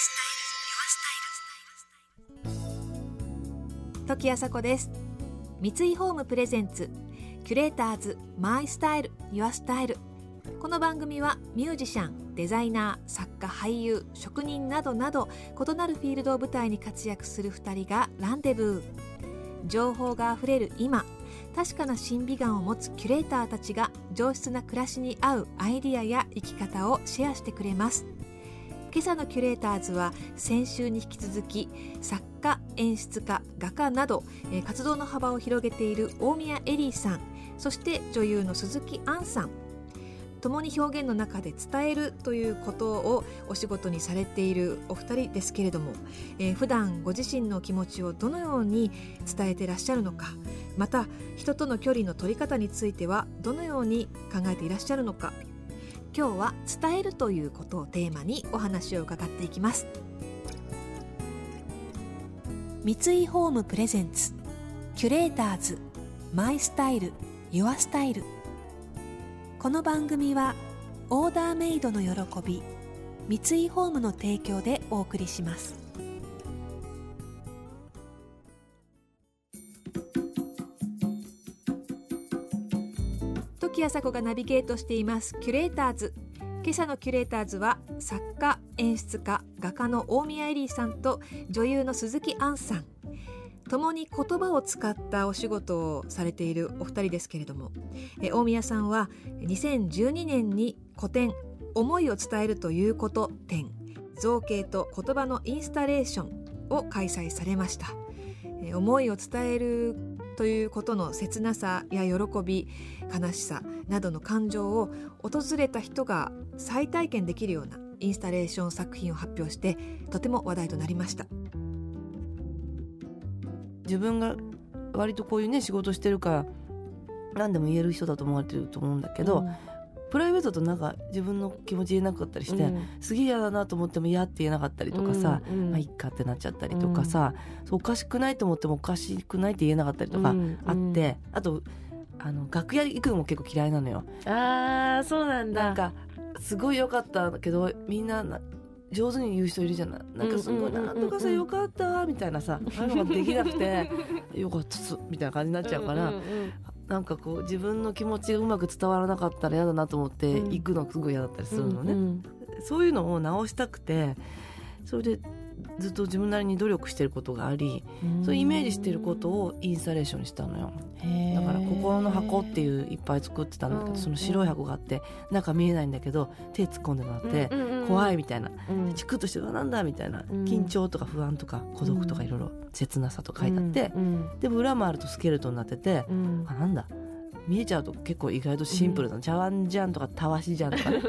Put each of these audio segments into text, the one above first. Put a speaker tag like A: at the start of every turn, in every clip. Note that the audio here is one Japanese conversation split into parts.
A: 時あさこです。三井ホームプレゼンツキュレーターズマイスタイルユアスタイル。この番組はミュージシャン、デザイナー、作家、俳優、職人などなど異なるフィールドを舞台に活躍する2人がランデブー。情報があふれる今、確かな審美眼を持つキュレーターたちが上質な暮らしに合うアイディアや生き方をシェアしてくれます。今朝のキュレーターズは先週に引き続き作家、演出家、画家など活動の幅を広げている大宮エリーさん、そして女優の鈴木杏さん、共に表現の中で伝えるということをお仕事にされているお二人ですけれども、普段ご自身の気持ちをどのように伝えていらっしゃるのか、また人との距離の取り方についてはどのように考えていらっしゃるのか、今日は伝えるということをテーマにお話を伺っていきます。三井ホームプレゼンツキュレーターズマイスタイルユアスタイル。この番組はオーダーメイドの喜び三井ホームの提供でお送りします。時あさこがナビゲートしていますキュレーターズ。今朝のキュレーターズは作家、演出家、画家の大宮エリーさんと女優の鈴木杏さん、共に言葉を使ったお仕事をされているお二人ですけれども、大宮さんは2012年に個展思いを伝えるということ展、造形と言葉のインスタレーションを開催されました。思いを伝えるということの切なさや喜び、悲しさなどの感情を訪れた人が再体験できるようなインスタレーション作品を発表して、とても話題となりました。
B: 自分が割とこういうね仕事してるから何でも言える人だと思われてると思うんだけど、プライベートとなんか自分の気持ち言えなかったりして、すげえ嫌だなと思っても嫌って言えなかったりとかさ、まあいっかってなっちゃったりとかさ、そうおかしくないと思ってもおかしくないって言えなかったりとかあって、あと楽屋行くのも結構嫌いなのよ。
C: あー、そうなんだ。
B: なんかすごい良かったけどみんな上手に言う人いるじゃない。なんかすごいなんとかさよかったみたいなさ、ああいうのができなくてよかったっすみたいな感じになっちゃうから、なんかこう自分の気持ちがうまく伝わらなかったら嫌だなと思って行くのすごい嫌だったりするのね、そういうのを直したくて、それでずっと自分なりに努力してることがあり、そういうイメージしてることをインスタレーションにしたのよ。だから心の箱っていういっぱい作ってたんだけど、その白い箱があって中見えないんだけど手突っ込んでもらって、怖いみたいな、チクッとしてなんだみたいな、緊張とか不安とか孤独とかいろいろ切なさと書いてあって、でも裏もあるとスケルトンになってて、あ、なんだ見えちゃうと結構意外とシンプルな、茶碗じゃんとかたわしじゃんとかね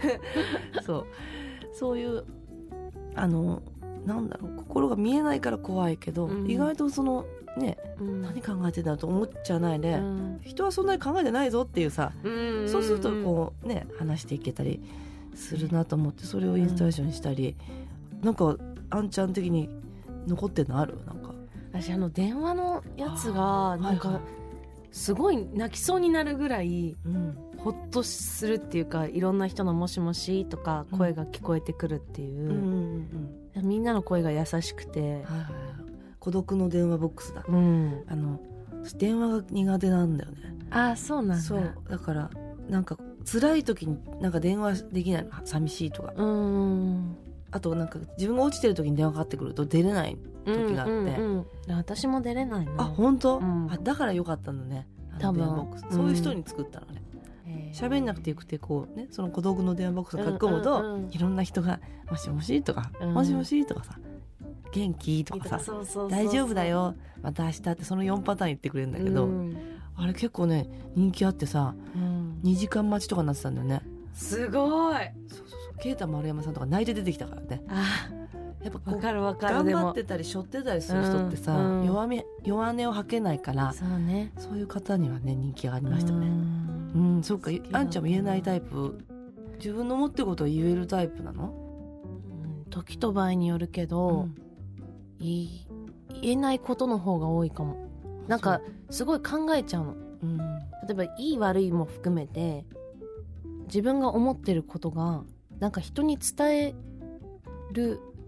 B: そういうなんだろう、心が見えないから怖いけど、意外とそのね、何考えてんだと思っちゃないで、人はそんなに考えてないぞっていうさ、そうするとこうね話していけたりするなと思って、それをインスタレーションにしたり、なんかあんちゃん的に残ってんのある？なんか
C: 私電話のやつがなんかすごい泣きそうになるぐらい、ほっとするっていうか、いろんな人のもしもしとか声が聞こえてくるっていう、みんなの声が優しくて、
B: 孤独の電話ボックスだ、電話が苦手なんだよね。
C: あ、そうなんだ。
B: そうだからなんか辛い時になんか電話できないの、寂しいとか、あとなんか自分が落ちてる時に電話かかってくると出れない時があって、
C: 私も出れないの。
B: あ、本当？あ、だからよかったのね、
C: 多分
B: 電話ボックス、そういう人に作ったのね。喋んなくてよくてこうね、その孤独の電話ボックスを書き込むと、いろんな人がもしもしとか、もしもしとかさ、元気とかさ、大丈夫だよまた明日ってその4パターン言ってくれるんだけど、あれ結構ね人気あってさ、2時間待ちとかになってたんだよね。
C: すごい。
B: そう啓太丸山さんとか泣いて出てきたからね。やっぱこう
C: わかるわかる。
B: 頑張ってたり背負ってたりする人ってさ、弱音を吐けないから、そういう方にはね人気がありましたね。そっか、あんちゃんも言えないタイプ？自分の思ってることを言えるタイプなの？
C: 時と場合によるけど、言えないことの方が多いかも。なんかすごい考えちゃうの、例えばいい悪いも含めて自分が思ってることがなんか人に伝える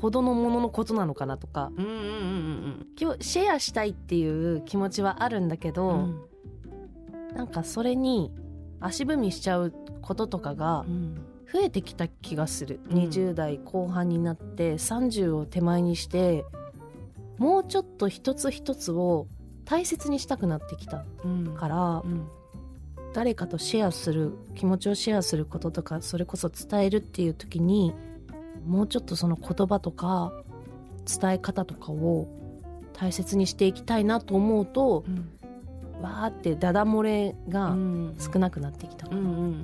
C: ほどのもののことなのかなとか、
B: うんうんうん
C: 今日シェアしたいっていう気持ちはあるんだけど、
B: うん
C: なんかそれに足踏みしちゃうこととかが増えてきた気がする、20代後半になって30を手前にしてもうちょっと一つ一つを大切にしたくなってきたから、誰かとシェアする、気持ちをシェアすることとか、それこそ伝えるっていう時にもうちょっとその言葉とか伝え方とかを大切にしていきたいなと思うと、わーってダダ漏れが少なくなってきた、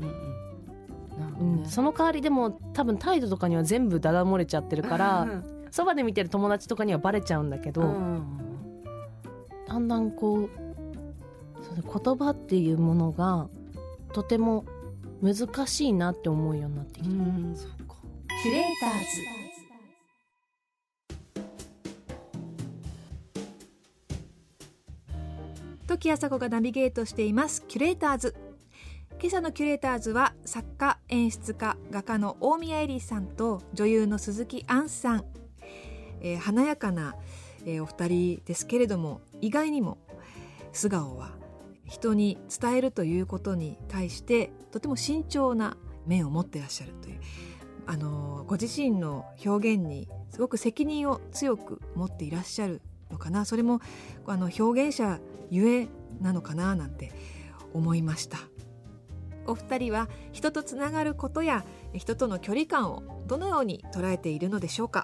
C: その代わりでも多分態度とかには全部ダダ漏れちゃってるからそばで見てる友達とかにはバレちゃうんだけど、だんだんこう言葉っていうものがとても難しいなって思うようになってきた。
A: キュレーターズ時あさこがナビゲートしていますキュレーターズ。今朝のキュレーターズは作家演出家画家の大宮エリーさんと女優の鈴木杏さん、華やかな、お二人ですけれども、意外にも素顔は人に伝えるということに対してとても慎重な面を持っていらっしゃるという、ご自身の表現にすごく責任を強く持っていらっしゃるのかな、それも表現者ゆえなのかななんて思いました。お二人は人とつながることや人との距離感をどのように捉えているのでしょうか。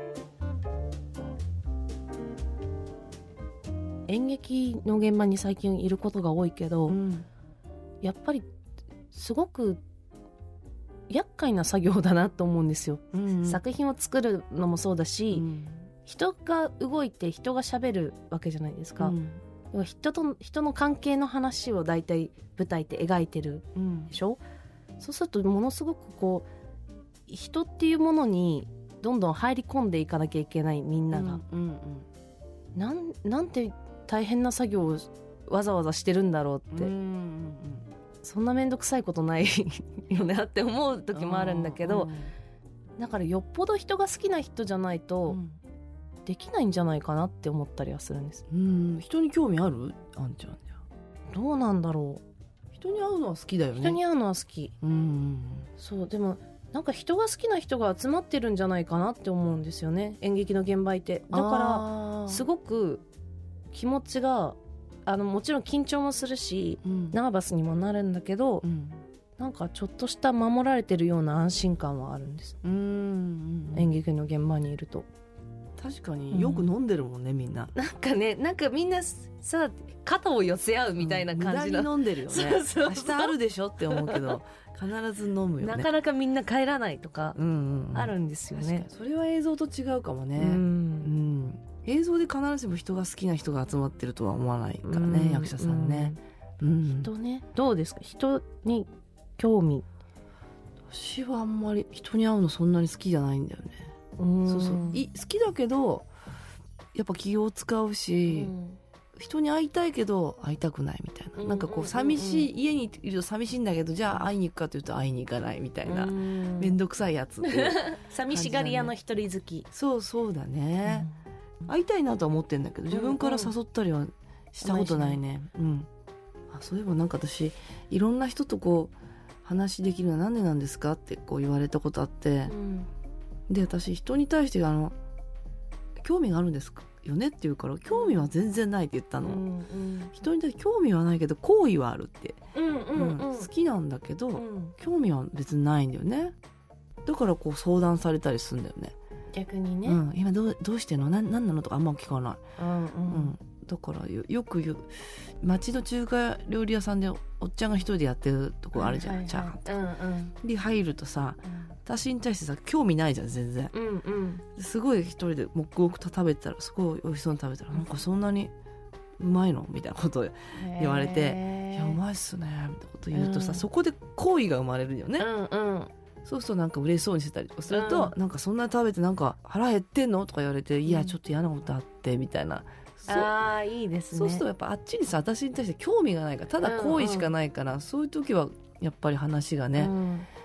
C: 演劇の現場に最近いることが多いけど、やっぱりすごく厄介な作業だなと思うんですよ、作品を作るのもそうだし、人が動いて人が喋るわけじゃないですか、人の関係の話をだいたい舞台って描いてるでしょ、そうするとものすごくこう人っていうものにどんどん入り込んでいかなきゃいけない、みんなが、なんて大変な作業をわざわざしてるんだろうって、そんなめんどくさいことないよねって思う時もあるんだけど、だからよっぽど人が好きな人じゃないとできないんじゃないかなって思ったりはするんです。
B: 人に興味ある？あんちゃんじゃ
C: どうなんだろう。
B: 人に会うのは好きだよね。
C: 人に会うのは好き、そうでもなんか人が好きな人が集まってるんじゃないかなって思うんですよね、演劇の現場って。だからすごく気持ちがもちろん緊張もするし、ナーバスにもなるんだけど、なんかちょっとした守られてるような安心感はあるんです、演劇の現場にいると。
B: 確かによく飲んでるもんね、みんな。
C: なんかね、なんかみんなさ肩を寄せ合うみたいな感じの、
B: 無駄に飲んでるよね。明日あるでしょって思うけど必ず飲むよね。
C: なかなかみんな帰らないとかあるんですよね、
B: 確かにそれは映像と違うかもね、映像で必ずしも人が好きな人が集まってるとは思わないからね、役者さんね、
C: 人ね。どうですか、人に興味。
B: 私はあんまり人に会うのそんなに好きじゃないんだよね。そうそう、好きだけどやっぱ気を使うし、人に会いたいけど会いたくないみたいな、なんかこう寂しい、家にいると寂しいんだけどじゃあ会いに行くかというと会いに行かないみたいな、めんどくさいやつっていう
C: 寂しがり屋の一人好き。
B: そうだね、会いたいなとは思ってんだけど自分から誘ったりはしたことないね、そういえばなんか私いろんな人とこう話できるのはなんでなんですかってこう言われたことあって、で私人に対して興味があるんですよねって言うから、興味は全然ないって言ったの、人に対して興味はないけど好意はあるって、好きなんだけど、興味は別にないんだよね。だからこう相談されたりするんだよね、
C: 逆にね、
B: 今どうしてんの、何なのとかあんま聞かない、だからよく言う、町の中華料理屋さんでおっちゃんが一人でやってるとこあるじゃん、チャーハンとか、で入るとさ、私に対してさ興味ないじゃん全然、すごい一人で黙々と食べてたら、すごい美味しそうに食べたら、なんかそんなにうまいのみたいなことを言われて、いやうまいっすねみたいなこと言うとさ、そこで好意が生まれるよね、そうするとなんか嬉しそうにしてたりとかすると、なんかそんな食べてなんか腹減ってんのとか言われて、いやちょっと嫌なことあってみたいな、
C: いいですね。
B: そうするとやっぱあっちにさ、私に対して興味がないから、ただ好意しかないから、そういう時はやっぱり話がね、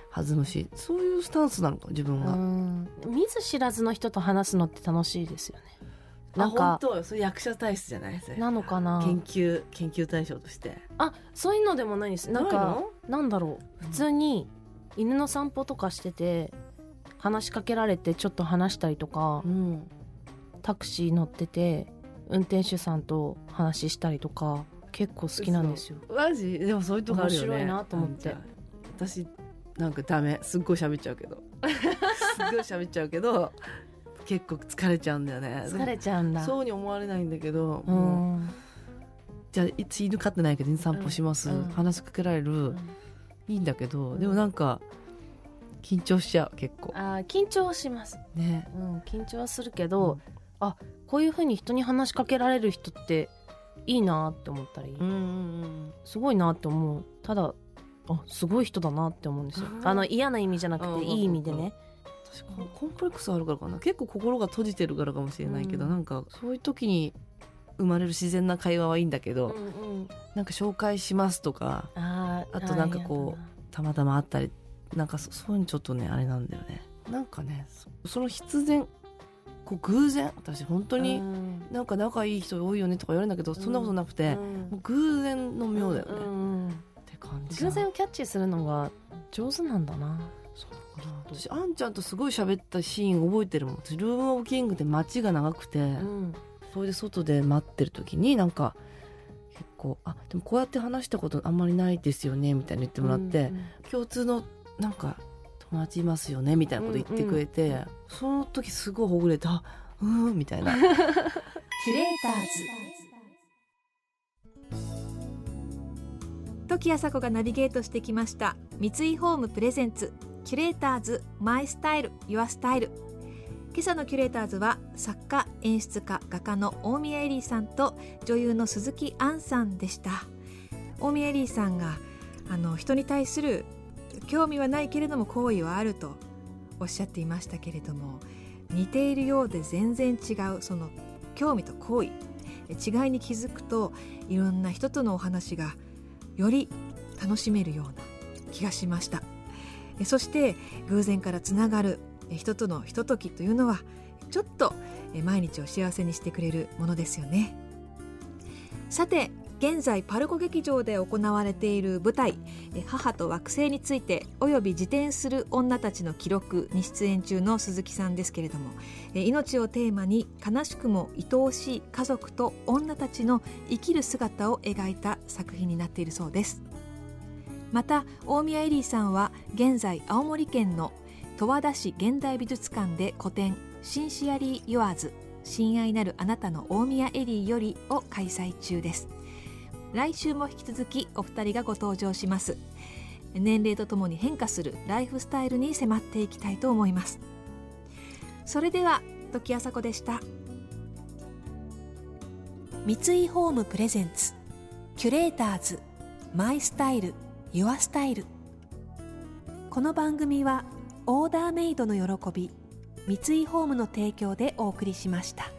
B: 弾むし、そういうスタンスなのか自分が。
C: 見ず知らずの人と話すのって楽しいですよね。
B: なんか本当それ役者体質じゃない？
C: なのかな。
B: 研究対象として。
C: そういうのでもないです。なんかなんだろう、普通に犬の散歩とかしてて話しかけられてちょっと話したりとか、タクシー乗ってて運転手さんと話したりとか結構好きなんですよ。
B: マジ？でもそういうとこあるよね。
C: 面白いなと思って。
B: 私なんかダメ、すっごい喋っちゃうけど結構疲れちゃうんだよね。
C: 疲れちゃうんだ。
B: そうに思われないんだけど、じゃあいつ犬飼ってないけど犬散歩します、話しかけられる、いいんだけど、でもなんか緊張しちゃう結構。
C: 緊張はします
B: ね。
C: 緊張はするけど、こういう風に人に話しかけられる人っていいなって思ったり、すごいなって思う。ただすごい人だなって思うんですよ。嫌な意味じゃなくていい意味でね。
B: 私コンプレックスあるからかな、結構心が閉じてるからかもしれないけど、なんかそういう時に生まれる自然な会話はいいんだけど、なんか紹介しますとか、あとなんかこうたまたま会ったり、なんかそういうのちょっとねあれなんだよね。なんかねその必然偶然、私本当になんか仲いい人多いよねとか言われるんだけど、そんなことなくて、もう偶然の妙だよね、って感じ。
C: 偶然をキャッチするのが上手なんだな。
B: 私あんちゃんとすごい喋ったシーン覚えてるもん。私ルームオブキングで街が長くて、それで外で待ってる時になんか結構でもこうやって話したことあんまりないですよねみたいに言ってもらって、共通のなんか友達いますよねみたいなこと言ってくれて、その時すごいほぐれたみたいな。キュレーターズ
A: 時あさこがナビゲートしてきました三井ホームプレゼンツキュレーターズマイスタイルユアスタイル。今朝のキュレーターズは作家演出家画家の大宮エリーさんと女優の鈴木杏さんでした。大宮エリーさんが人に対する興味はないけれども好意はあるとおっしゃっていましたけれども、似ているようで全然違うその興味と好意、違いに気づくといろんな人とのお話がより楽しめるような気がしました。そして偶然からつながる人とのひとときというのはちょっと毎日を幸せにしてくれるものですよね。さて現在パルコ劇場で行われている舞台母と惑星についておよび自転する女たちの記録に出演中の鈴木さんですけれども、命をテーマに悲しくも愛おしい家族と女たちの生きる姿を描いた作品になっているそうです。また大宮エリーさんは現在青森県の十和田市現代美術館で個展シンシアリー・ユアーズ親愛なるあなたの大宮エリーよりを開催中です。来週も引き続きお二人がご登場します。年齢とともに変化するライフスタイルに迫っていきたいと思います。それでは時あさこでした。三井ホームプレゼンツキュレーターズマイスタイルユアスタイル。この番組はオーダーメイドの喜び三井ホームの提供でお送りしました。